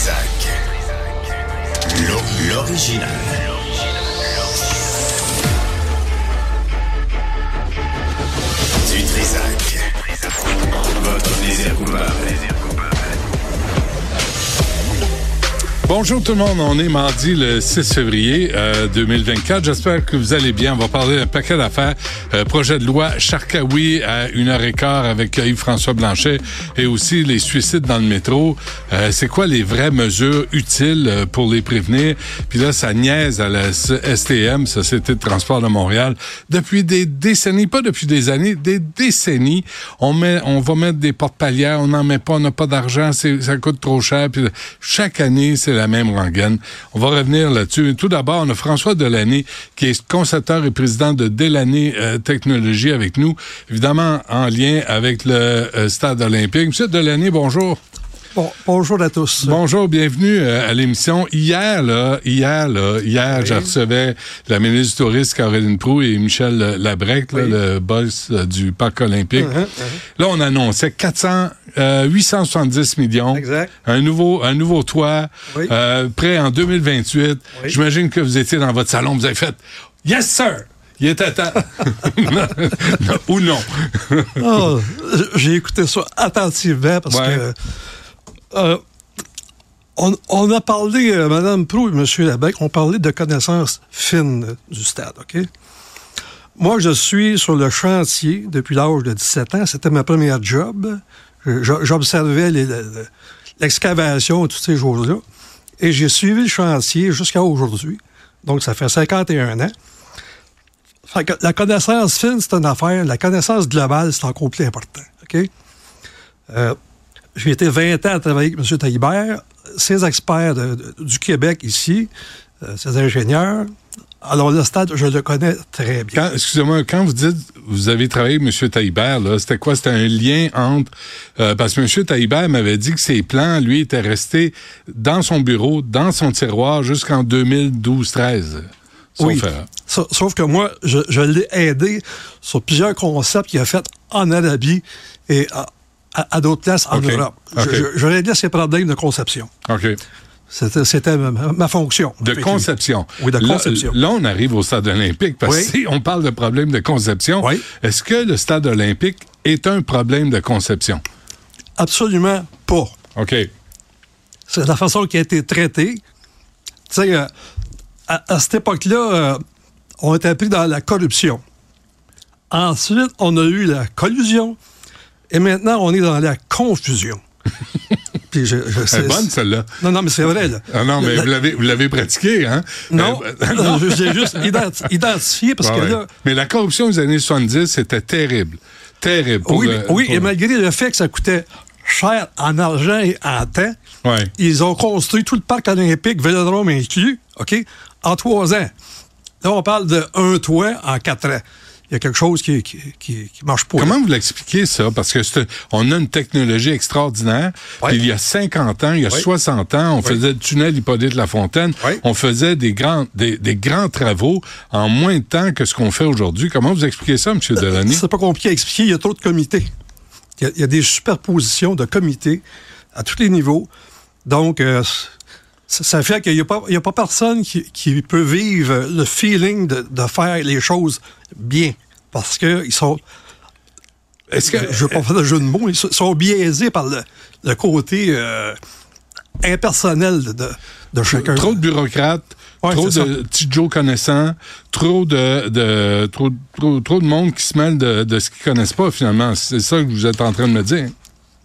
Trizac. L'original. Du Trizac. Votre plaisir coupable. Bonjour tout le monde, on est mardi le 6 février 2024. J'espère que vous allez bien. On va parler d'un paquet d'affaires. Projet de loi Charkaoui à 1h15 avec Yves-François Blanchet et aussi les suicides dans le métro. C'est quoi les vraies mesures utiles pour les prévenir? Puis là, ça niaise à la STM, Société de transport de Montréal, depuis des décennies, pas depuis des années, des décennies. On va mettre des porte-palières, on n'en met pas, on n'a pas d'argent, ça coûte trop cher. Puis chaque année, c'est la même rengaine. On va revenir là-dessus. Tout d'abord, on a François Delaney, qui est concepteur et président de Delaney Technologies avec nous, évidemment en lien avec le stade olympique. Monsieur Delaney, bonjour. Bonjour à tous. Bonjour, bienvenue à l'émission. Hier, oui. Je recevais la ministre du Tourisme, Caroline Proulx, et Michel Labrec, oui. Le boss du Parc olympique. Là, on annonçait 870 millions. Exact. Un nouveau toit, oui. Prêt en 2028. Oui. J'imagine que vous étiez dans votre salon, vous avez fait « Yes, sir! » Il était temps. Ou non. Oh, j'ai écouté ça attentivement parce que on a parlé, Mme Proulx et M. Labrec ont parlé de connaissances fines du stade, OK? Moi, je suis sur le chantier depuis l'âge de 17 ans. C'était ma première job. J'observais l'excavation et toutes ces choses-là. Et j'ai suivi le chantier jusqu'à aujourd'hui. Donc, ça fait 51 ans. Fait que la connaissance fine, c'est une affaire. La connaissance globale, c'est encore plus important, OK? J'ai été 20 ans à travailler avec M. Taillibert, ses experts du Québec ici, ses ingénieurs. Alors, le stade, je le connais très bien. Excusez-moi, quand vous dites vous avez travaillé avec M. Taillibert, là, c'était quoi? C'était un lien entre... parce que M. Taillibert m'avait dit que ses plans, lui, étaient restés dans son bureau, dans son tiroir, jusqu'en 2012-13. Oui, sauf que moi, je l'ai aidé sur plusieurs concepts qu'il a fait en Arabie et à d'autres places en Europe. Okay. Je réglais ses problèmes de conception. OK. C'était ma fonction. De conception. Oui, de conception. Là, on arrive au stade olympique, parce que si on parle de problème de conception, est-ce que le stade olympique est un problème de conception? Absolument pas. OK. C'est la façon qui a été traitée. Tu sais, à cette époque-là, on était pris dans la corruption. Ensuite, on a eu la collusion. Et maintenant, on est dans la confusion. Puis c'est bonne, celle-là. Non, mais c'est vrai, là. Ah non, mais vous l'avez pratiqué, hein? Non, j'ai juste identifié parce que là... Mais la corruption des années 70, c'était terrible. Terrible. Et malgré le fait que ça coûtait cher en argent et en temps, ils ont construit tout le parc olympique, Vélodrome inclus, OK, en 3 ans. Là, on parle d'un toit en 4 ans. Il y a quelque chose qui marche pas. Comment vous l'expliquez, ça? Parce que on a une technologie extraordinaire. Puis il y a 50 ans, il y a 60 ans, on faisait le tunnel Hippolyte-Lafontaine. On faisait des grands travaux en moins de temps que ce qu'on fait aujourd'hui. Comment vous expliquez ça, M. Delaney? C'est pas compliqué à expliquer. Il y a trop de comités. Il y a des superpositions de comités à tous les niveaux. Donc, ça fait qu'il n'y a pas personne qui peut vivre le feeling de faire les choses bien. Parce qu'ils sont... je ne veux pas faire de jeu de mots, ils sont biaisés par le côté impersonnel de chacun. Trop de bureaucrates, trop de petits Joe connaissants, trop de monde qui se mêle de ce qu'ils connaissent pas, finalement. C'est ça que vous êtes en train de me dire.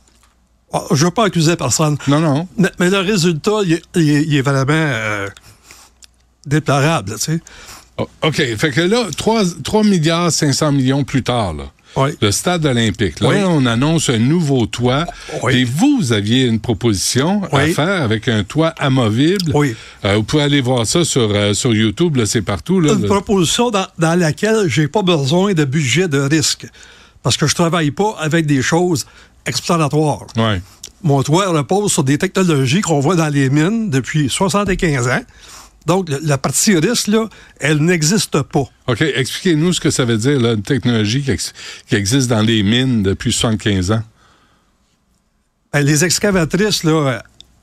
Je ne veux pas accuser personne. Non. Mais le résultat, il est vraiment déplorable, tu sais. OK. Fait que là, 3 milliards 500 millions plus tard, là, le stade olympique. Là, on annonce un nouveau toit. Et vous aviez une proposition à faire avec un toit amovible. Vous pouvez aller voir ça sur YouTube, là, c'est partout. Là, une proposition dans laquelle j'ai pas besoin de budget de risque. Parce que je travaille pas avec des choses exploratoires. Mon toit repose sur des technologies qu'on voit dans les mines depuis 75 ans. Donc, la partie risque, là, elle n'existe pas. OK. Expliquez-nous ce que ça veut dire, là, une technologie qui existe dans les mines depuis 75 ans. Les excavatrices, là,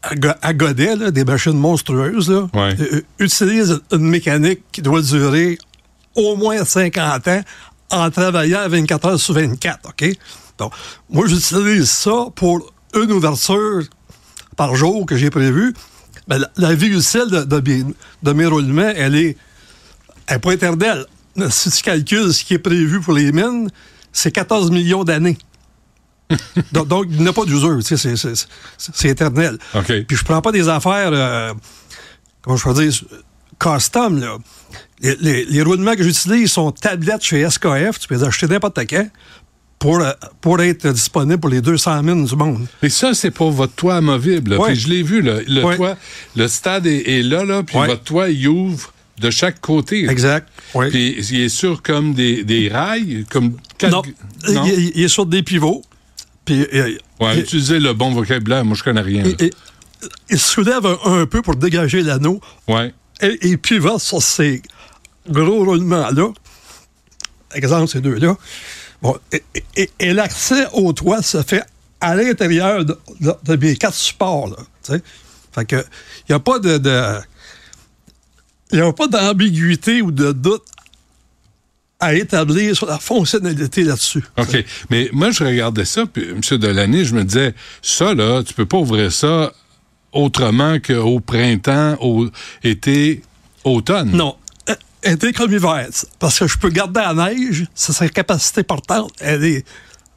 à godet, là, des machines monstrueuses, là, utilisent une mécanique qui doit durer au moins 50 ans en travaillant 24 heures sur 24, OK? Donc, moi, j'utilise ça pour une ouverture par jour que j'ai prévue. Ben, la vie utile de mes roulements, elle n'est pas éternelle. Si tu calcules ce qui est prévu pour les mines, c'est 14 millions d'années. donc, il n'y a pas d'usure, tu sais, c'est éternel. Okay. Puis je prends pas des affaires, comment je peux dire, custom, là. Les roulements que j'utilise sont tablettes chez SKF, tu peux les acheter n'importe quand, pour être disponible pour les 200 mines du monde. Et ça, c'est pour votre toit amovible. Oui. Puis je l'ai vu, là, le toit, le stade est là, puis votre toit, il ouvre de chaque côté. Exact. Oui. Puis il est sur comme des rails, comme... Non. Il est sur des pivots. Puis, utilisez le bon vocabulaire, moi je connais rien. Il soulève un peu pour dégager l'anneau. Ouais. Et il pivote sur ces gros roulements-là. Exemple, ces deux-là. Bon, et l'accès au toit se fait à l'intérieur de mes 4 supports, là. T'sais? Fait que, il n'y a pas il n'y a pas d'ambiguïté ou de doute à établir sur la fonctionnalité là-dessus. OK. T'sais. Mais moi, je regardais ça, puis M. Delaney, je me disais, ça, là, tu peux pas ouvrir ça autrement qu'au printemps, au été, automne. Non. Été comme hiver. Parce que je peux garder la neige, c'est sa capacité portante. Elle est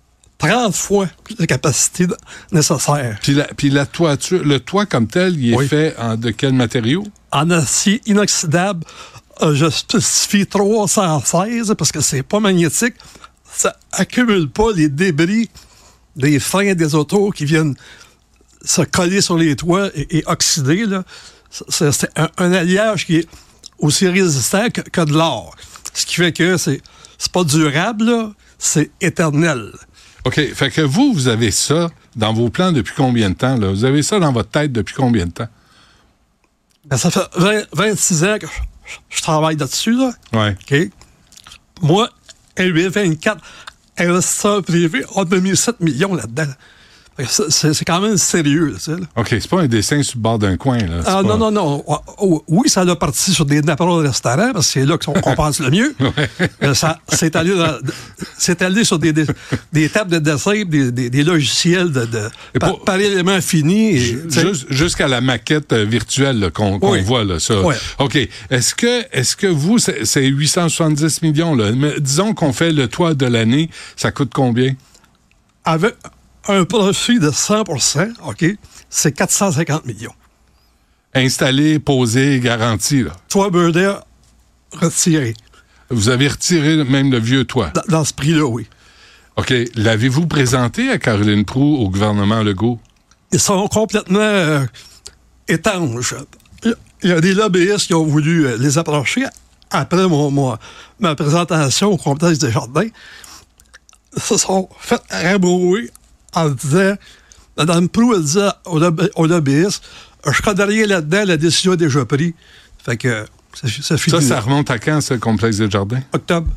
30 fois la capacité nécessaire. Puis la toiture, le toit comme tel, il est fait de quel matériau? En acier inoxydable. Je spécifie 316 parce que c'est pas magnétique. Ça accumule pas les débris des freins des autos qui viennent se coller sur les toits et oxyder. Là. C'est un alliage qui est aussi résistant que de l'or. Ce qui fait que c'est pas durable, là, c'est éternel. OK. Fait que vous avez ça dans vos plans depuis combien de temps? Là? Vous avez ça dans votre tête depuis combien de temps? Ben, ça fait 26 ans que je travaille là-dessus. Là. Ouais. OK. Moi, LV24, investisseur privé, on a mis 7 millions là-dedans. C'est quand même sérieux, tu sais. Là. OK, c'est pas un dessin sur le bord d'un coin, là. Ah, pas... Non. Oui, ça a parti sur des napperons de restaurants, parce que c'est là qu'on pense le mieux. Ça s'est allé sur des tables de dessin, des logiciels par élément fini. Jusqu'à la maquette virtuelle qu'on voit, là, ça. Oui. OK. Est-ce que vous, c'est 870 millions, là, mais disons qu'on fait le toit de l'année, ça coûte combien? Avec un profit de 100%, OK, c'est 450 millions. Installé, posé, garanti, là. Toit Burdet retiré. Vous avez retiré même le vieux toit? Dans ce prix-là, oui. OK. L'avez-vous présenté à Caroline Proulx au gouvernement Legault? Ils sont complètement étanches. Il y a des lobbyistes qui ont voulu les approcher après ma présentation au complexe des Jardins. Ils se sont fait rabrouer en disant, Mme Proulx, elle disait aux lobbyistes, je connais rien là-dedans, la décision est déjà prise. Fait que ça finit. Ça remonte à quand, ce complexe des Jardins? Octobre.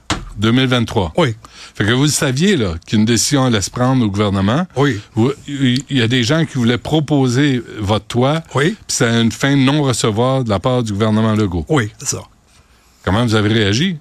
2023. Oui. Fait que vous saviez, là, qu'une décision allait se prendre au gouvernement. Oui. Il y a des gens qui voulaient proposer votre toit. Oui. Puis c'est une fin de non-recevoir de la part du gouvernement Legault. Oui, c'est ça. Comment vous avez réagi?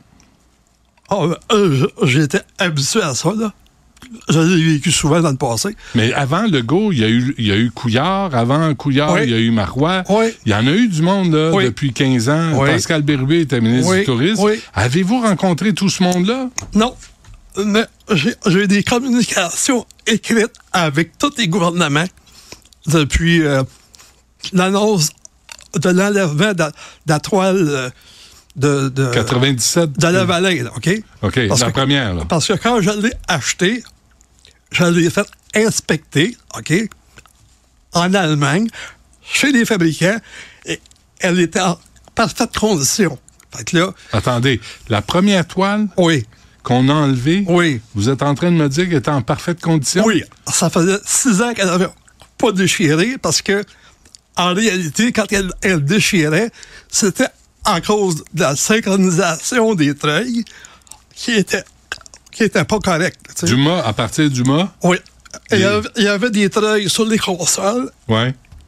J'étais habitué à ça, là. Je l'ai vécu souvent dans le passé. Mais avant Legault, il y a eu Couillard. Avant Couillard, il y a eu Marois. Oui. Il y en a eu du monde là, depuis 15 ans. Oui. Pascal Bérubé était ministre du Tourisme. Oui. Avez-vous rencontré tout ce monde-là? Non. Mais j'ai eu des communications écrites avec tous les gouvernements depuis l'annonce de l'enlèvement de la toile de 97. De la vallée, là, OK? OK, la première, là. Parce que quand je l'ai acheté, je l'ai fait inspecter, OK, en Allemagne, chez les fabricants, et elle était en parfaite condition. Fait que là... Attendez, la première toile oui. qu'on a enlevée, oui. Vous êtes en train de me dire qu'elle était en parfaite condition? Oui, ça faisait 6 ans qu'elle n'avait pas déchiré, parce que, en réalité, quand elle déchirait, c'était à cause de la synchronisation des treuils qui était pas correcte. Tu sais. À partir du mât? Oui. Il y avait des treuils sur les consoles. Oui.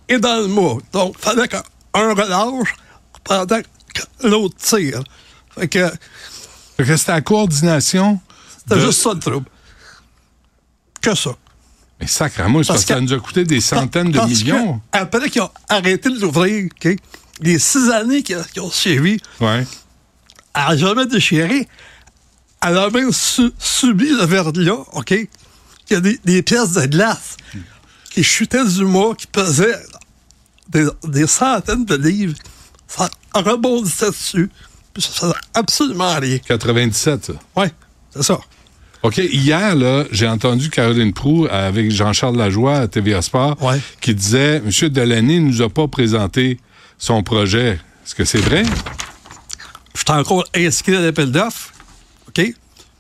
est dans le mât. Donc, il fallait qu'un relâche pendant que l'autre tire. Fait que c'était la coordination. c'était juste ça le trouble. Que ça. Mais sacrément, c'est parce que ça nous a coûté des centaines de millions. Après qu'ils ont arrêté de l'ouvrir, OK, les 6 années qu'ils ont suivi, Ouais. elle n'a jamais déchiré. Elle a même subi le verglas, OK? Il y a des pièces de glace qui chutaient du mât, qui pesaient des centaines de livres. Ça rebondissait dessus. Puis ça faisait absolument rien. 97, ça. Oui, c'est ça. OK, hier, là, j'ai entendu Caroline Proulx avec Jean-Charles Lajoie à TVA Sport Ouais. qui disait « M. Delaney ne nous a pas présenté son projet. » Est-ce que c'est vrai? Je suis encore inscrit à l'appel d'offres. OK?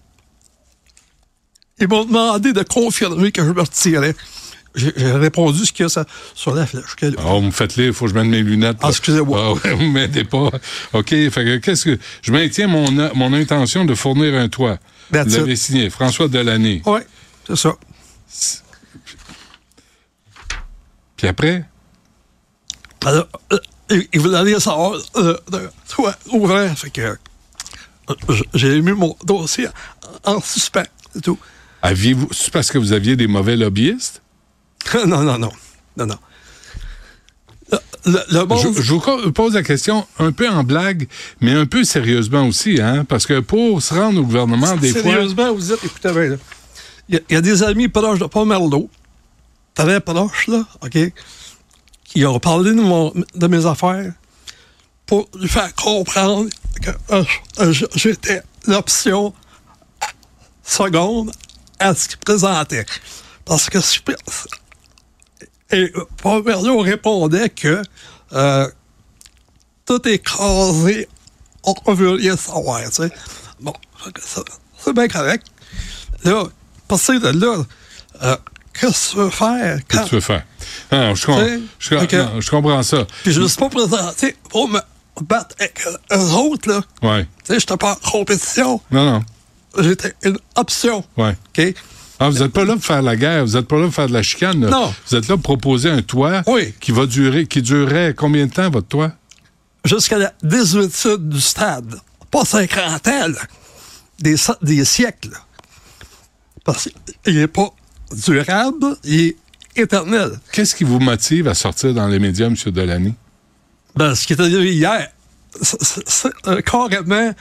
Ils m'ont demandé de confirmer que je me retirais. J'ai répondu ce qu'il y a sur la flèche. Oh, vous me faites lire, il faut que je mette mes lunettes. Ah, excusez-moi. Ah, ouais, vous ne m'aidez pas. OK, fait que qu'est-ce que... Je maintiens mon intention de fournir un toit. That's Vous l'avez it. signé, François Delaney. Oui, c'est ça. Puis après? Alors, ils voulaient aller savoir le toit ouvert. Fait que j'ai mis mon dossier en suspens. C'est tout. Aviez-vous... C'est parce que vous aviez des mauvais lobbyistes? Non. Le monde... Je vous pose la question un peu en blague, mais un peu sérieusement aussi, hein? Parce que pour se rendre au gouvernement, des fois... Sérieusement, vous dites, écoutez bien, là. Il y a des amis proches de Paul Merleau, très proches, là, OK, qui ont parlé de mes affaires pour lui faire comprendre que j'étais l'option seconde à ce qu'il présentait. Parce que et Paul Merleau répondait que tout est casé, on veut rien savoir, tu sais. Bon, c'est bien correct. Là, passer de là, qu'est-ce que tu veux faire? Qu'est-ce que tu veux faire? Non, je comprends ça. Puis je ne me suis pas présenté pour me battre avec eux autres, là. Oui. Tu sais, je n'étais pas en compétition. Non. J'étais une option. Oui. OK? Ah, vous n'êtes pas là pour faire la guerre, vous n'êtes pas là pour faire de la chicane. Là. Non. Vous êtes là pour proposer un toit Oui. qui durerait combien de temps, votre toit? Jusqu'à la désuétude du stade. Pas 50 ans, là. Des siècles, là. Parce qu'il n'est pas durable, il est éternel. Qu'est-ce qui vous motive à sortir dans les médias, M. Delaney? Ben, ce qui est arrivé hier, c'est carrément...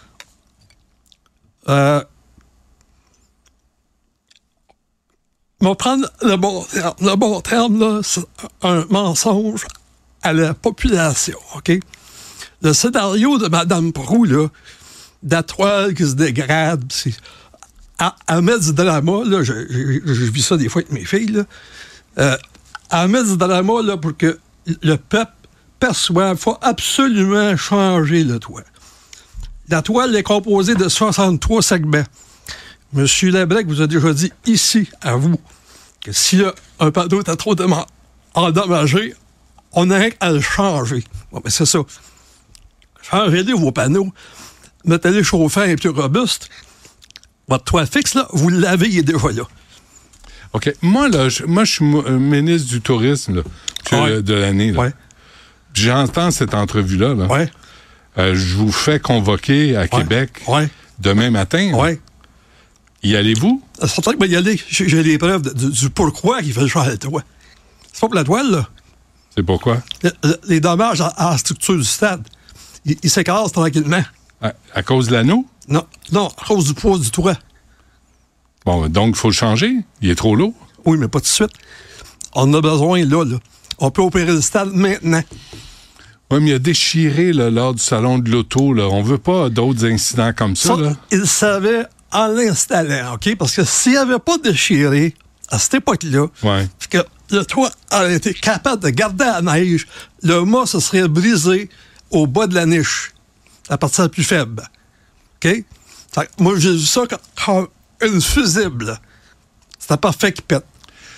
on va prendre le bon terme. Le bon terme, là, c'est un mensonge à la population, OK? Le scénario de Mme Proulx, là, de la toile qui se dégrade, c'est... À mettre du drama, là, je vis ça des fois avec mes filles, là, à mettre du drama, là, pour que le peuple perçoive, il faut absolument changer le toit. La toile est composée de 63 segments. M. Labrec vous a déjà dit ici, à vous, que s'il y a un panneau qui est trop endommagé, on a à le changer. Bon, ben c'est ça. Changez-les vos panneaux. Mettez-les chauffants et plus robustes. Votre toit fixe, là, vous l'avez, il est déjà là. OK. Moi, je suis ministre du Tourisme, là, Ouais. de l'année. Oui. J'entends cette entrevue-là. Là. Oui. Je vous fais convoquer à Québec demain matin. Oui. Y allez-vous? C'est certain que y aller. J'ai les preuves du pourquoi il fait le changer le toit. C'est pas pour la toile, là. C'est pourquoi? Les dommages à la structure du stade, ils s'écrasent tranquillement. À cause de l'anneau? Non, à cause du poids du toit. Bon, donc, il faut le changer. Il est trop lourd. Oui, mais pas tout de suite. On en a besoin là. On peut opérer le stade maintenant. Oui, mais il a déchiré là, lors du salon de l'auto. Là. On veut pas d'autres incidents comme ça. Là. Il savait en l'installant, OK? Parce que s'il n'avait pas déchiré à cette époque-là, que le toit aurait été capable de garder la neige, le mât se serait brisé au bas de la niche, la partie la plus faible. OK? Fait que moi, j'ai vu ça comme une fusible. C'était parfait qui pète.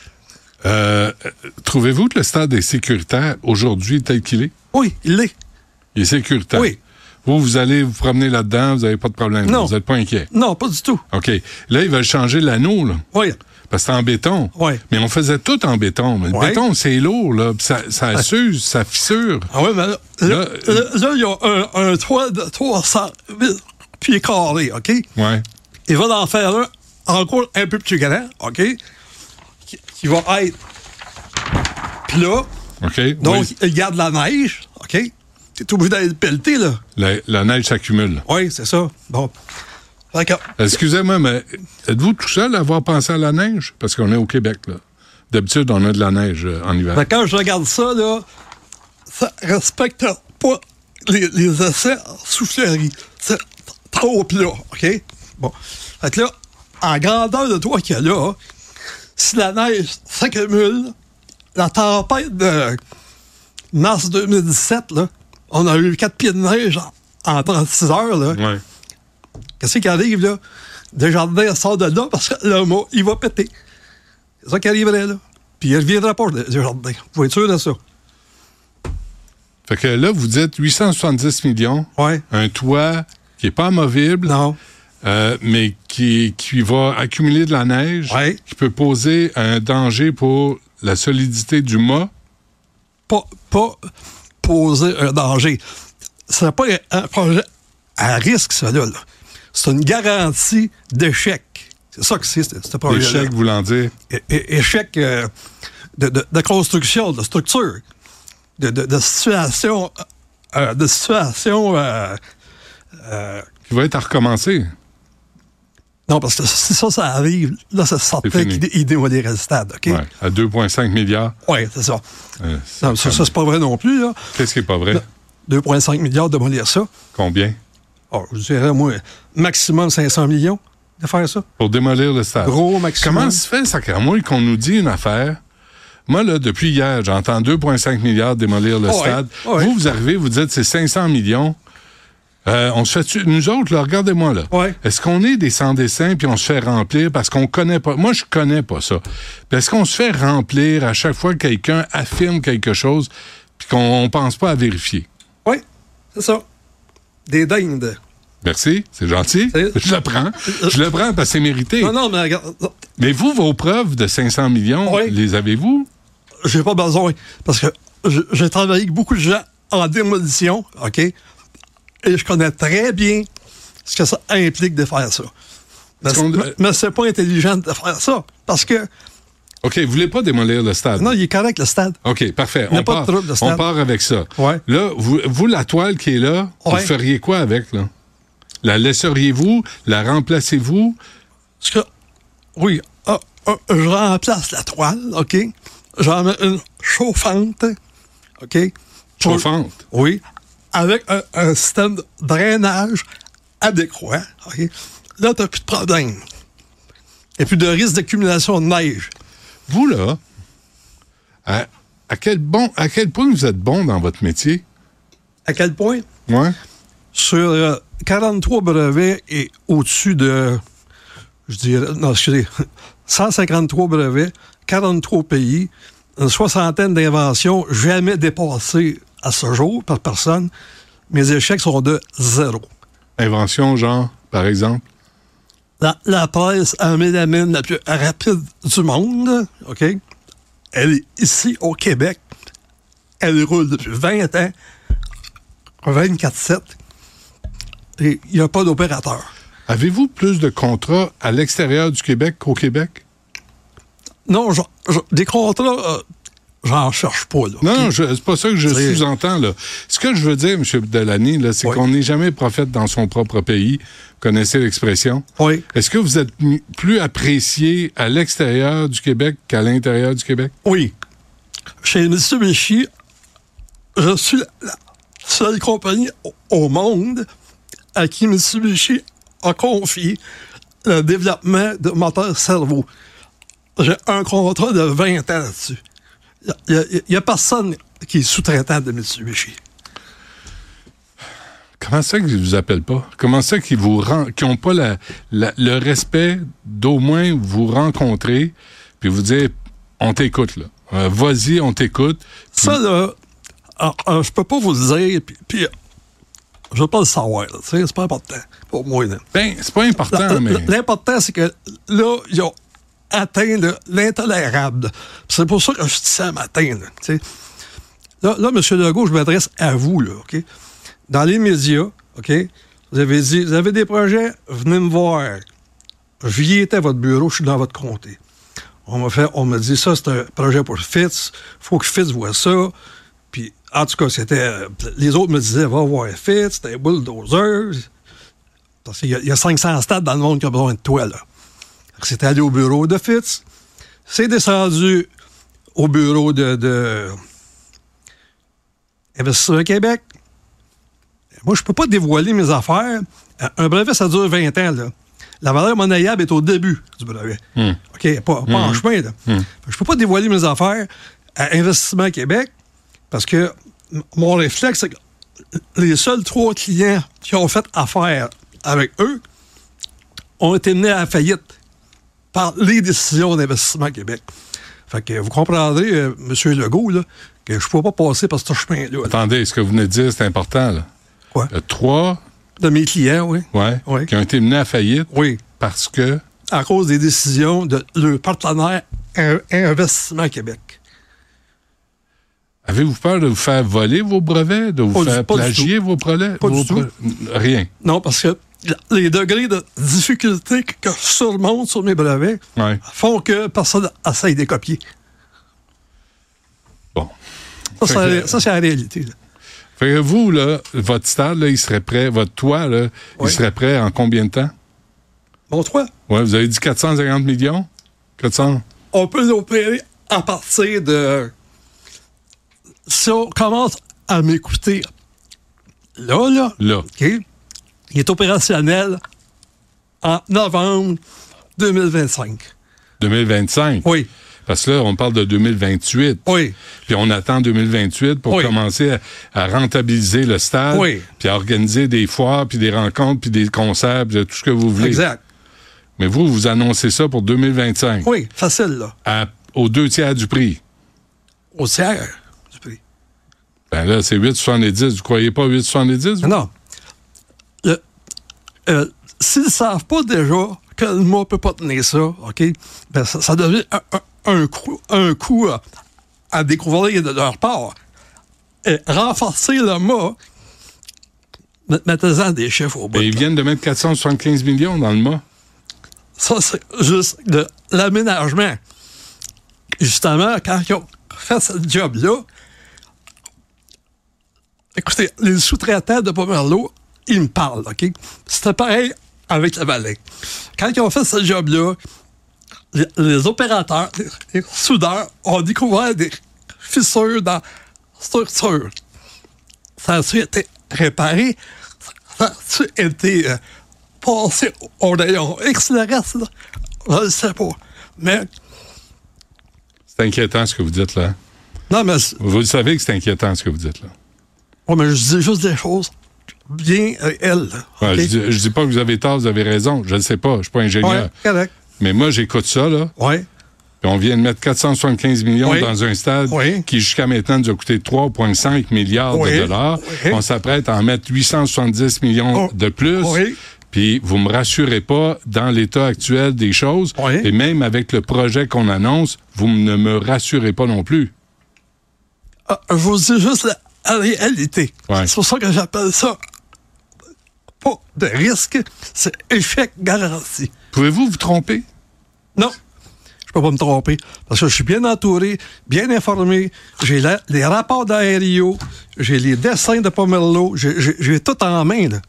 Trouvez-vous que le stade est sécuritaire aujourd'hui tel qu'il est? Oui, il l'est. Il est sécuritaire? Oui. Vous allez vous promener là-dedans, vous n'avez pas de problème. Non. Vous n'êtes pas inquiet? Non, pas du tout. OK. Là, ils veulent changer l'anneau, là. Oui. Parce que c'est en béton. Ouais. Mais on faisait tout en béton. Mais le béton, c'est lourd, là. Puis ça s'use, ça fissure. Ah oui, mais là, il y a un toit de 300 pieds carrés, OK? Ouais. Il va en faire un encore un peu plus grand, OK? Qui va être... Puis là, OK. donc, Oui. il garde la neige, OK? T'es obligé d'aller le pelleter, là. La neige s'accumule. Oui, c'est ça. Bon. D'accord. Excusez-moi, mais êtes-vous tout seul à avoir pensé à la neige? Parce qu'on est au Québec, là. D'habitude, on a de la neige en hiver. Mais quand je regarde ça, là, ça respecte pas les essais en soufflerie. C'est trop plat, OK? Bon. Fait que là, en grandeur de toit qu'il y a là, si la neige s'accumule, la tempête de mars 2017, là, on a eu 4 pieds de neige en 36 heures, là. Ouais. Qu'est-ce qui arrive, là? Desjardins sort de là parce que le mot, il va péter. C'est ça qui arriverait, là. Puis il ne reviendra pas, Desjardins. Vous pouvez être sûr de ça. Fait que là, vous dites 870 millions. Ouais. Un toit qui n'est pas amovible. Non. Mais qui va accumuler de la neige. Ouais. Qui peut poser un danger pour la solidité du mât. Pas poser un danger. Ce n'est pas un projet à risque, ça, là. C'est une garantie d'échec. C'est ça que c'est, ce projet-là. Échec voulant dire? Échec de construction, de structure, de situation... Qui va être à recommencer. Non, parce que si ça arrive, là, ça sortait qu'il démolirait le stade, OK? Ouais, à 2,5 milliards. Oui, c'est ça. Non, ça, c'est pas vrai non plus, là. Qu'est-ce qui n'est pas vrai? 2,5 milliards de démolir ça. Combien? Oh, je dirais, moi, maximum 500 millions de faire ça. Pour démolir le stade. Gros maximum. Comment se fait, sacrément, qu'on nous dit une affaire? Moi, là, depuis hier, j'entends 2,5 milliards démolir le stade. Ouais. Vous arrivez, vous dites c'est 500 millions. On se fait... Nous autres, là, regardez-moi, là. Ouais. Est-ce qu'on est des sans-dessins puis on se fait remplir parce qu'on connaît pas... Moi, je connais pas ça. Puis est-ce qu'on se fait remplir à chaque fois que quelqu'un affirme quelque chose puis qu'on pense pas à vérifier? Oui, c'est ça. Des dindes. Merci, c'est gentil. Je le prends. Je le prends parce que c'est mérité. Non, mais regarde... Mais vous, vos preuves de 500 millions, les avez-vous? J'ai pas besoin. Parce que j'ai travaillé avec beaucoup de gens en démolition, OK? Et je connais très bien ce que ça implique de faire ça. Mais c'est pas intelligent de faire ça. Parce que... OK, vous voulez pas démolir le stade? Non, il est correct, le stade. OK, parfait. Il n'y a pas de trouble, le stade. On part avec ça. Ouais. Là, vous, la toile qui est là, vous feriez quoi avec, là? La laisseriez-vous? La remplacez-vous? Oui. Je remplace la toile, OK? J'en mets une chauffante, OK? Chauffante? Oui. Avec un système de drainage adéquat, OK? Là, t'as plus de problème. Il n'y a plus de risque d'accumulation de neige. Vous, là, à quel point vous êtes bon dans votre métier? À quel point? Oui. Sur 43 brevets et au-dessus de, je dirais, non, excusez, 153 brevets, 43 pays, une soixantaine d'inventions jamais dépassées à ce jour par personne. Mes échecs sont de 0. Invention, genre, par exemple? La presse à mélamine la plus rapide du monde, OK? Elle est ici, au Québec. Elle roule depuis 20 ans, 24/7. Et il n'y a pas d'opérateur. Avez-vous plus de contrats à l'extérieur du Québec qu'au Québec? Non, des contrats, j'en cherche pas. Là, non, c'est pas ça que je sous-entends. Là. Ce que je veux dire, M. Delaney, là, c'est qu'on n'est jamais prophète dans son propre pays. Vous connaissez l'expression? Oui. Est-ce que vous êtes plus apprécié à l'extérieur du Québec qu'à l'intérieur du Québec? Oui. Chez Mitsubishi, je suis la seule compagnie au monde à qui Mitsubishi a confié le développement de moteurs cerveau. J'ai un contrat de 20 ans là-dessus. Il n'y a personne qui est sous-traitant de Mitsubishi. Comment ça qu'ils ne vous appellent pas? Comment ça qu'ils n'ont pas le respect d'au moins vous rencontrer puis vous dire on t'écoute, là. Vas-y, on t'écoute. Puis... Ça, là, je peux pas vous le dire, puis je veux pas le savoir, là. C'est pas important pour moi, là. Ben, c'est pas important, mais... L'important, c'est que là, il y a atteint l'intolérable. C'est pour ça que je dis ça un matin. Là, M. Legault, je m'adresse à vous. Là, OK? Dans les médias, OK? Vous avez dit, vous avez des projets, venez me voir. J'y étais à votre bureau, je suis dans votre comté. On m'a dit, ça, c'est un projet pour Fitz. Faut que Fitz voit ça. Puis, en tout cas, les autres me disaient, va voir Fitz, c'était un bulldozer. Parce qu'il y a 500 stades dans le monde qui ont besoin de toi, là. C'est allé au bureau de Fitz. C'est descendu au bureau de Investissement Québec. Moi, je peux pas dévoiler mes affaires. Un brevet, ça dure 20 ans, là. La valeur monnayable est au début du brevet. OK? Pas en chemin, là. Je peux pas dévoiler mes affaires à Investissement Québec parce que mon réflexe, c'est que les seuls 3 clients qui ont fait affaire avec eux ont été menés à la faillite par les décisions d'Investissement Québec. Fait que vous comprendrez, M. Legault, là, que je ne peux pas passer par ce chemin-là. Attendez, ce que vous venez de dire, c'est important, là. Quoi? 3 de mes clients, oui. Oui. Qui ont été menés à faillite. Oui. Parce que? À cause des décisions de leur partenaire Investissement Québec. Avez-vous peur de vous faire voler vos brevets, de vous faire plagier vos brevets? Pas du tout. Rien. Non, parce que les degrés de difficulté que je surmonte sur mes brevets font que personne n'essaye de les copier. Bon. Ça, c'est la réalité. Là. Fait que vous, là, votre stade, là, il serait prêt, votre toit, là, il serait prêt en combien de temps? Mon toit? Oui, vous avez dit 450 millions? 400? On peut l'opérer à partir de... Si on commence à m'écouter là. OK? Il est opérationnel en novembre 2025. 2025? Oui. Parce que là, on parle de 2028. Oui. Puis on attend 2028 pour commencer à rentabiliser le stade. Oui. Puis à organiser des foires, puis des rencontres, puis des concerts, puis tout ce que vous voulez. Exact. Mais vous annoncez ça pour 2025. Oui, facile, là. Aux 2 tiers du prix. Au tiers du prix. Ben là, c'est 8,70. Vous croyez pas 8,70? Non. S'ils ne savent pas déjà que le mât ne peut pas tenir ça, OK, ben ça devient un coup à découvrir de leur part. Et renforcer le mât, mettez-en des chiffres au bout. Ben, ils viennent de mettre 475 millions dans le mât. Ça, c'est juste de l'aménagement. Justement, quand ils ont fait ce job-là, écoutez, les sous-traitants de Pomerleau, ils me parlent, OK? C'était pareil avec la vallée. Quand ils ont fait ce job-là, les opérateurs, les soudeurs ont découvert des fissures dans la structure. Ça a été réparé, ça a été passé au rayon X, le reste, là, je ne sais pas. Mais... C'est inquiétant ce que vous dites, là. Non, mais... Vous le savez que c'est inquiétant ce que vous dites, là. Oui, mais je dis juste des choses bien réelles. Ouais, okay? Je dis pas que vous avez tort, vous avez raison. Je ne sais pas, je suis pas ingénieur. Oui, correct. Mais moi, j'écoute ça, là. Oui. Puis on vient de mettre 475 millions dans un stade qui, jusqu'à maintenant, nous a coûté 3,5 milliards de dollars. Oui. On s'apprête à en mettre 870 millions de plus. Oui. Puis vous me rassurez pas dans l'état actuel des choses. Oui. Et même avec le projet qu'on annonce, vous ne me rassurez pas non plus. Je vous dis juste la réalité. Ouais. C'est pour ça que j'appelle ça pas de risque, c'est échec garanti. Pouvez-vous vous tromper? Non. Je peux pas me tromper. Parce que je suis bien entouré, bien informé. J'ai les rapports d'Aério, j'ai les dessins de Pomerleau, j'ai tout en main, là.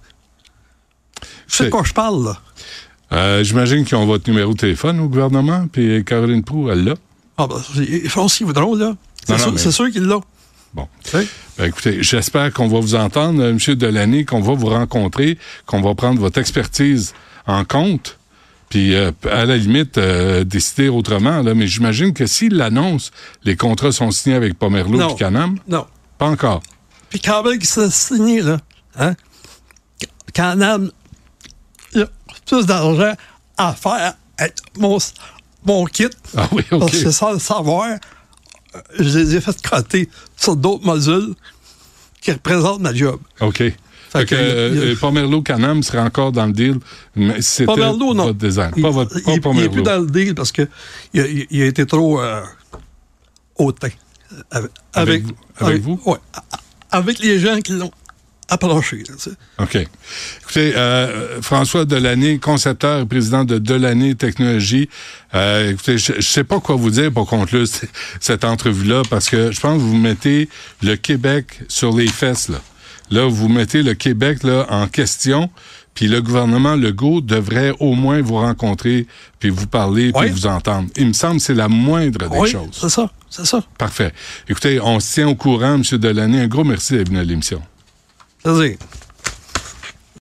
Je sais de quoi je parle, là. J'imagine qu'ils ont votre numéro de téléphone au gouvernement, puis Caroline Proulx, elle l'a. Ah, ben, ils font ce qu'ils voudront, là. C'est sûr qu'ils l'ont. Bon. Ben, écoutez, j'espère qu'on va vous entendre, M. Delaney, qu'on va vous rencontrer, qu'on va prendre votre expertise en compte, puis à la limite, décider autrement. Là. Mais j'imagine que s'il l'annonce, les contrats sont signés avec Pomerleau et Canam? Non. Pas encore. Puis quand même qu'ils sont signés, là, hein? Canam, il y a plus d'argent à faire avec mon kit. Ah oui, OK. Parce que sans le savoir, je les ai fait coter sur d'autres modules qui représentent ma job. OK. Fait que Pomerleau-Canam serait encore dans le deal, mais c'était Pomerleau, non. votre design. Il Pomerleau. n'est plus dans le deal parce qu'il a été trop hautain. Avec vous? Oui. Avec les gens qui l'ont approché. Là, tu sais. OK. Écoutez, François Delaney, concepteur et président de Delaney Technologies. Écoutez, je sais pas quoi vous dire pour conclure cette entrevue-là, parce que je pense que vous mettez le Québec sur les fesses, là. Là, vous mettez le Québec là en question, puis le gouvernement Legault devrait au moins vous rencontrer, puis vous parler, puis vous entendre. Il me semble que c'est la moindre des choses. C'est ça. Parfait. Écoutez, on se tient au courant, M. Delaney. Un gros merci d'être venu à l'émission. Vas-y.